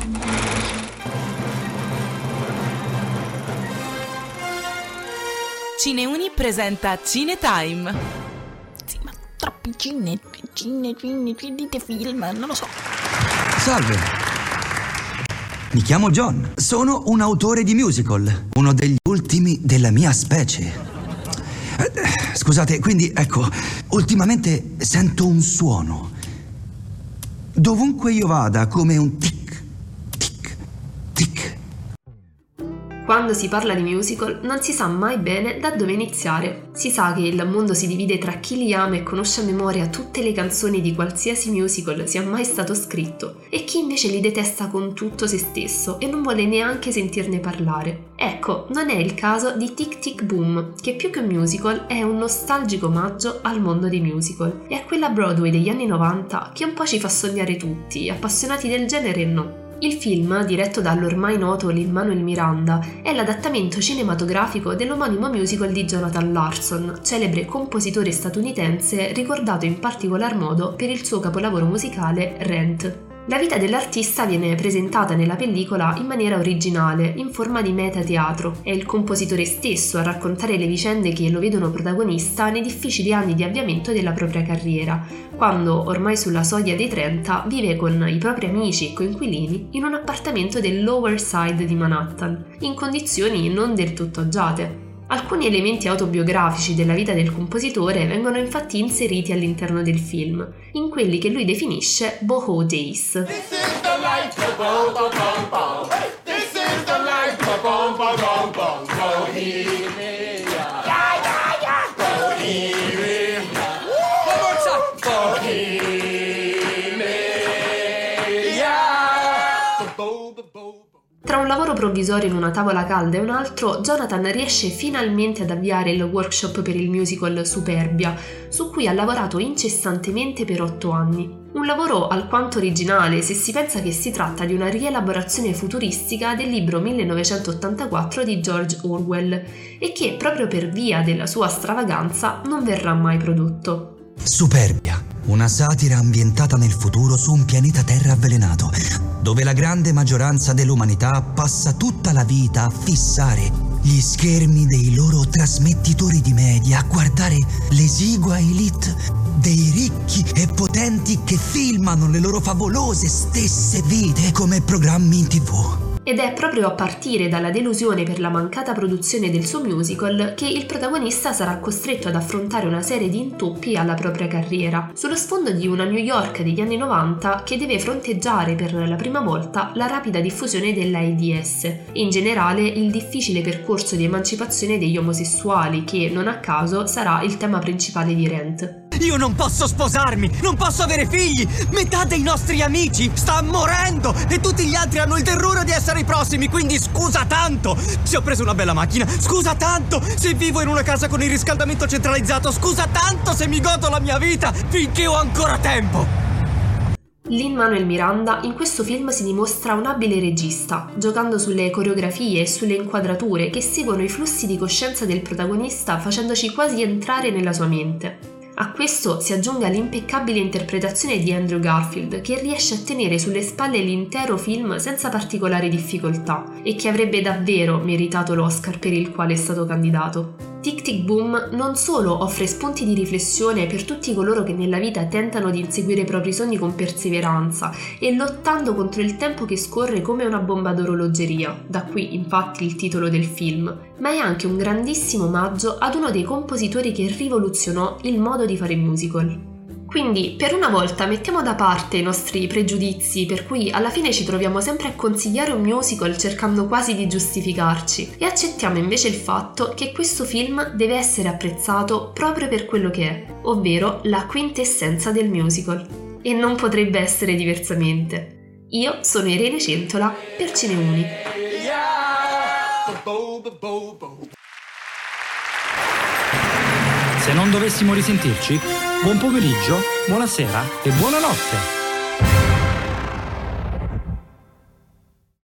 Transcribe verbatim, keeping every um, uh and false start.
Cineuni presenta Cinetime. Sì, ma troppi cine, cine, cine, dite film, non lo so. Salve. Mi chiamo John. Sono un autore di musical, uno degli ultimi della mia specie. Eh, Scusate, quindi, ecco, ultimamente sento un suono. Dovunque io vada, come un tic, tic, tic. Quando si parla di musical non si sa mai bene da dove iniziare. Si sa che il mondo si divide tra chi li ama e conosce a memoria tutte le canzoni di qualsiasi musical sia mai stato scritto e chi invece li detesta con tutto se stesso e non vuole neanche sentirne parlare. Ecco, non è il caso di Tic Tic Boom, che più che un musical è un nostalgico omaggio al mondo dei musical e a quella Broadway degli anni novanta che un po' ci fa sognare tutti, appassionati del genere e no. Il film, diretto dall'ormai noto Lin-Manuel Miranda, è l'adattamento cinematografico dell'omonimo musical di Jonathan Larson, celebre compositore statunitense ricordato in particolar modo per il suo capolavoro musicale Rent. La vita dell'artista viene presentata nella pellicola in maniera originale, in forma di metateatro. È il compositore stesso a raccontare le vicende che lo vedono protagonista nei difficili anni di avviamento della propria carriera, quando, ormai sulla soglia dei trenta, vive con i propri amici e coinquilini in un appartamento del Lower Side di Manhattan, in condizioni non del tutto agiate. Alcuni elementi autobiografici della vita del compositore vengono infatti inseriti all'interno del film, in quelli che lui definisce Boho Days. This is the life of Boho. This is the life of Boho. Bohemia. Yeah, yeah, yeah. Bohemia. One more time. Bohemia. Tra un lavoro provvisorio in una tavola calda e un altro, Jonathan riesce finalmente ad avviare il workshop per il musical Superbia, su cui ha lavorato incessantemente per otto anni. Un lavoro alquanto originale se si pensa che si tratta di una rielaborazione futuristica del libro millenovecentottantaquattro di George Orwell e che, proprio per via della sua stravaganza, non verrà mai prodotto. Superbia, una satira ambientata nel futuro su un pianeta Terra avvelenato, dove la grande maggioranza dell'umanità passa tutta la vita a fissare gli schermi dei loro trasmettitori di media, a guardare l'esigua elite dei ricchi e potenti che filmano le loro favolose stesse vite come programmi in tivù. Ed è proprio a partire dalla delusione per la mancata produzione del suo musical che il protagonista sarà costretto ad affrontare una serie di intoppi alla propria carriera, sullo sfondo di una New York degli anni novanta che deve fronteggiare per la prima volta la rapida diffusione dell'AIDS e in generale il difficile percorso di emancipazione degli omosessuali che, non a caso, sarà il tema principale di Rent. Io non posso sposarmi, non posso avere figli, metà dei nostri amici sta morendo e tutti gli altri hanno il terrore di essere i prossimi, quindi scusa tanto se ho preso una bella macchina, scusa tanto se vivo in una casa con il riscaldamento centralizzato, scusa tanto se mi godo la mia vita finché ho ancora tempo. Lin-Manuel Miranda in questo film si dimostra un abile regista, giocando sulle coreografie e sulle inquadrature che seguono i flussi di coscienza del protagonista facendoci quasi entrare nella sua mente. A questo si aggiunga l'impeccabile interpretazione di Andrew Garfield, che riesce a tenere sulle spalle l'intero film senza particolari difficoltà e che avrebbe davvero meritato l'Oscar per il quale è stato candidato. Tic Tic Boom non solo offre spunti di riflessione per tutti coloro che nella vita tentano di inseguire i propri sogni con perseveranza e lottando contro il tempo che scorre come una bomba d'orologeria, da qui infatti il titolo del film, ma è anche un grandissimo omaggio ad uno dei compositori che rivoluzionò il modo di fare musical. Quindi, per una volta, mettiamo da parte i nostri pregiudizi, per cui alla fine ci troviamo sempre a consigliare un musical cercando quasi di giustificarci, e accettiamo invece il fatto che questo film deve essere apprezzato proprio per quello che è, ovvero la quintessenza del musical. E non potrebbe essere diversamente. Io sono Irene Centola per Cineuni. Se non dovessimo risentirci, buon pomeriggio, buonasera e buonanotte.